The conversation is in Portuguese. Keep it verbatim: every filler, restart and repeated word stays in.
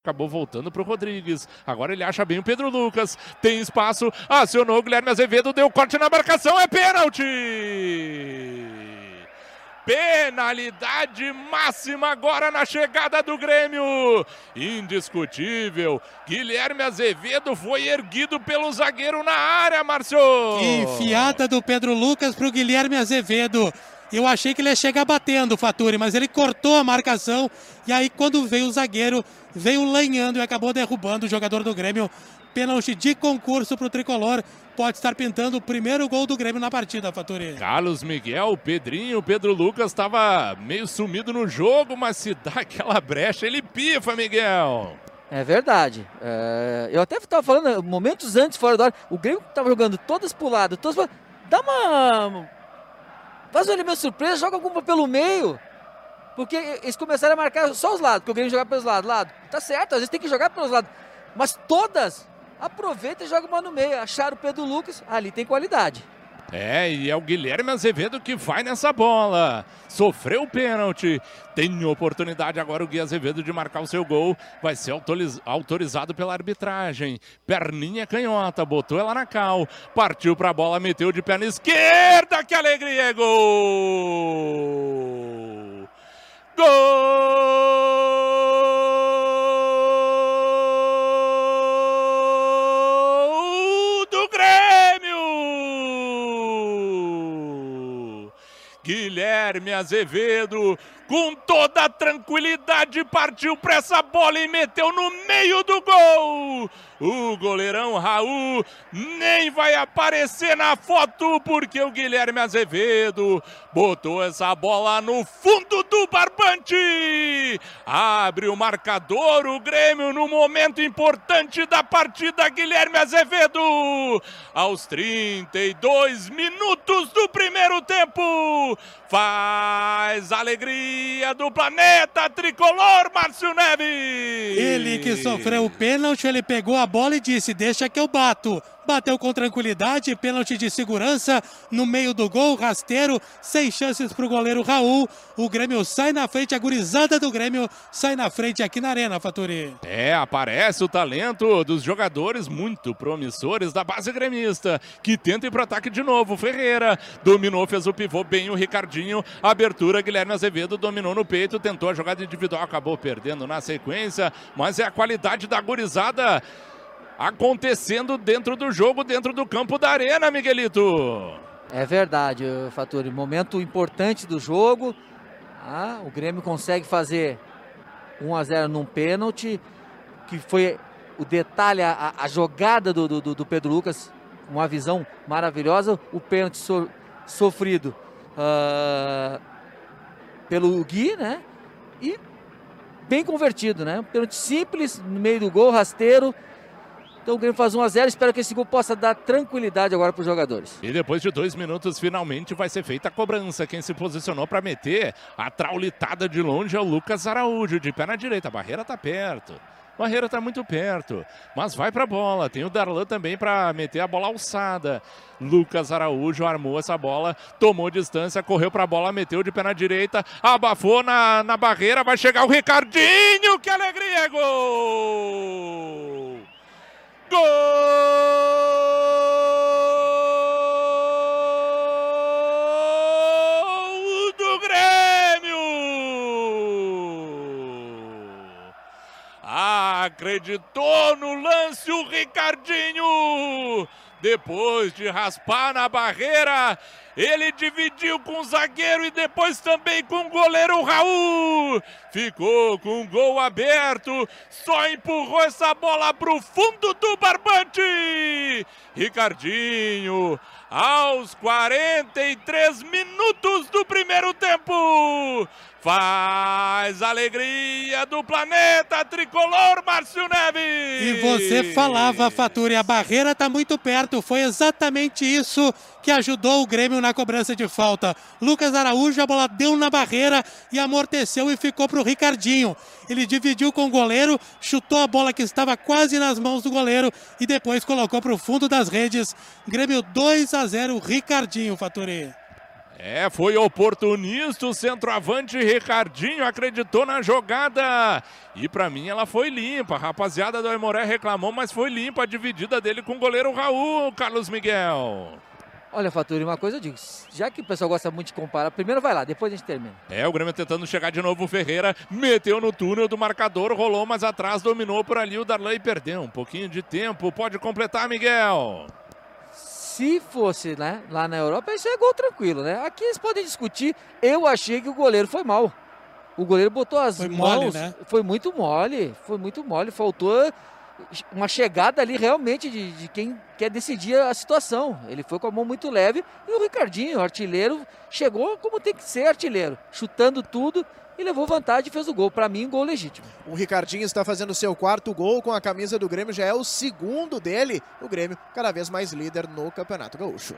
Acabou voltando para o Rodrigues. Agora ele acha bem o Pedro Lucas. Tem espaço. Acionou o Guilherme Azevedo. Deu corte na marcação. É pênalti! Penalidade máxima agora na chegada do Grêmio. Indiscutível. Guilherme Azevedo foi erguido pelo zagueiro na área, Márcio. Que enfiada do Pedro Lucas para o Guilherme Azevedo. Eu achei que ele ia chegar batendo, Faturi, mas ele cortou a marcação e aí quando veio o zagueiro, veio lanhando e acabou derrubando o jogador do Grêmio. Pênalti de concurso para o Tricolor. Pode estar pintando o primeiro gol do Grêmio na partida, Faturi. Carlos Miguel, Pedrinho, Pedro Lucas estava meio sumido no jogo, mas se dá aquela brecha, ele pifa, Miguel. É verdade. É... Eu até estava falando, momentos antes, fora da hora, o Grêmio estava jogando todas pro lado, todas pro... Dá uma... Faz um elemento surpresa, joga alguma pelo meio. Porque eles começaram a marcar só os lados, porque o Grêmio jogar pelos lados. Lado. Tá certo, às vezes tem que jogar pelos lados. Mas todas, aproveita e joga uma no meio. Acharam o Pedro Lucas, ali tem qualidade. É, e é o Guilherme Azevedo que vai nessa bola. Sofreu o pênalti. Tem oportunidade agora o Gui Azevedo de marcar o seu gol. Vai ser autorizado pela arbitragem. Perninha canhota, botou ela na cal. Partiu pra bola, meteu de perna esquerda. Que alegria, é gol! Gol! Guilherme Azevedo, com toda a tranquilidade, partiu para essa bola e meteu no meio do gol. O goleirão Raul nem vai aparecer na foto, porque o Guilherme Azevedo botou essa bola no fundo do barbante. Abre o marcador, o Grêmio no momento importante da partida, Guilherme Azevedo. Aos trinta e dois minutos do primeiro tempo, faz a alegria do planeta tricolor, Márcio Neves. Ele que sofreu o pênalti, ele pegou a bola e disse, deixa que eu bato. Bateu com tranquilidade, pênalti de segurança no meio do gol, rasteiro, sem chances para o goleiro Raul. O Grêmio sai na frente, a gurizada do Grêmio sai na frente aqui na Arena, Faturi. É, aparece o talento dos jogadores muito promissores da base gremista, que tenta ir para o ataque de novo. Ferreira dominou, fez o pivô bem, o Ricardinho, abertura, Guilherme Azevedo dominou no peito, tentou a jogada individual, acabou perdendo na sequência, mas é a qualidade da gurizada acontecendo dentro do jogo, dentro do campo da Arena, Miguelito. É verdade, Faturi. Momento importante do jogo. Ah, o Grêmio consegue fazer um a zero num pênalti, que foi o detalhe, a, a jogada do, do, do Pedro Lucas, uma visão maravilhosa. O pênalti so, sofrido uh, pelo Gui, né? E bem convertido, né? Um pênalti simples, no meio do gol, rasteiro. Então o Grêmio faz um a zero, espero que esse gol possa dar tranquilidade agora para os jogadores. E depois de dois minutos, finalmente vai ser feita a cobrança. Quem se posicionou para meter a traulitada de longe é o Lucas Araújo, de pé na direita. A barreira está perto. A barreira está muito perto, mas vai para a bola. Tem o Darlan também para meter a bola alçada. Lucas Araújo armou essa bola, tomou distância, correu para a bola, meteu de pé na direita, abafou na, na barreira, vai chegar o Ricardinho, que alegria, gol! Gol do Grêmio! Acreditou no lance o Ricardinho! Depois de raspar na barreira, ele dividiu com o zagueiro e depois também com o goleiro Raul. Ficou com o gol aberto, só empurrou essa bola para o fundo do barbante. Ricardinho, aos quarenta e três minutos do primeiro tempo, faz a alegria do planeta tricolor, Márcio Neves. E você falava, Faturi, a barreira está muito perto. Foi exatamente isso que ajudou o Grêmio na cobrança de falta. Lucas Araújo, a bola deu na barreira e amorteceu e ficou para o Ricardinho. Ele dividiu com o goleiro, chutou a bola que estava quase nas mãos do goleiro e depois colocou para o fundo das redes. Grêmio dois a zero, Ricardinho, Faturi. É, foi oportunista o centroavante Ricardinho, acreditou na jogada. E pra mim ela foi limpa. A rapaziada do Aimoré reclamou, mas foi limpa a dividida dele com o goleiro Raul, Carlos Miguel. Olha, Faturi, uma coisa eu digo, já que o pessoal gosta muito de comparar, primeiro vai lá, depois a gente termina. É, o Grêmio tentando chegar de novo o Ferreira, meteu no túnel do marcador, rolou mais atrás, dominou por ali o Darlan e perdeu um pouquinho de tempo. Pode completar, Miguel. Se fosse, né, lá na Europa, isso é gol tranquilo, né? Aqui eles podem discutir, eu achei que o goleiro foi mal. O goleiro botou as foi mãos, mole, né? Foi muito mole, foi muito mole, faltou uma chegada ali realmente de, de quem quer decidir a situação. Ele foi com a mão muito leve e o Ricardinho, o artilheiro, chegou como tem que ser artilheiro, chutando tudo e levou vantagem e fez o gol. Para mim, um gol legítimo. O Ricardinho está fazendo seu quarto gol com a camisa do Grêmio, já é o segundo dele. O Grêmio cada vez mais líder no Campeonato Gaúcho.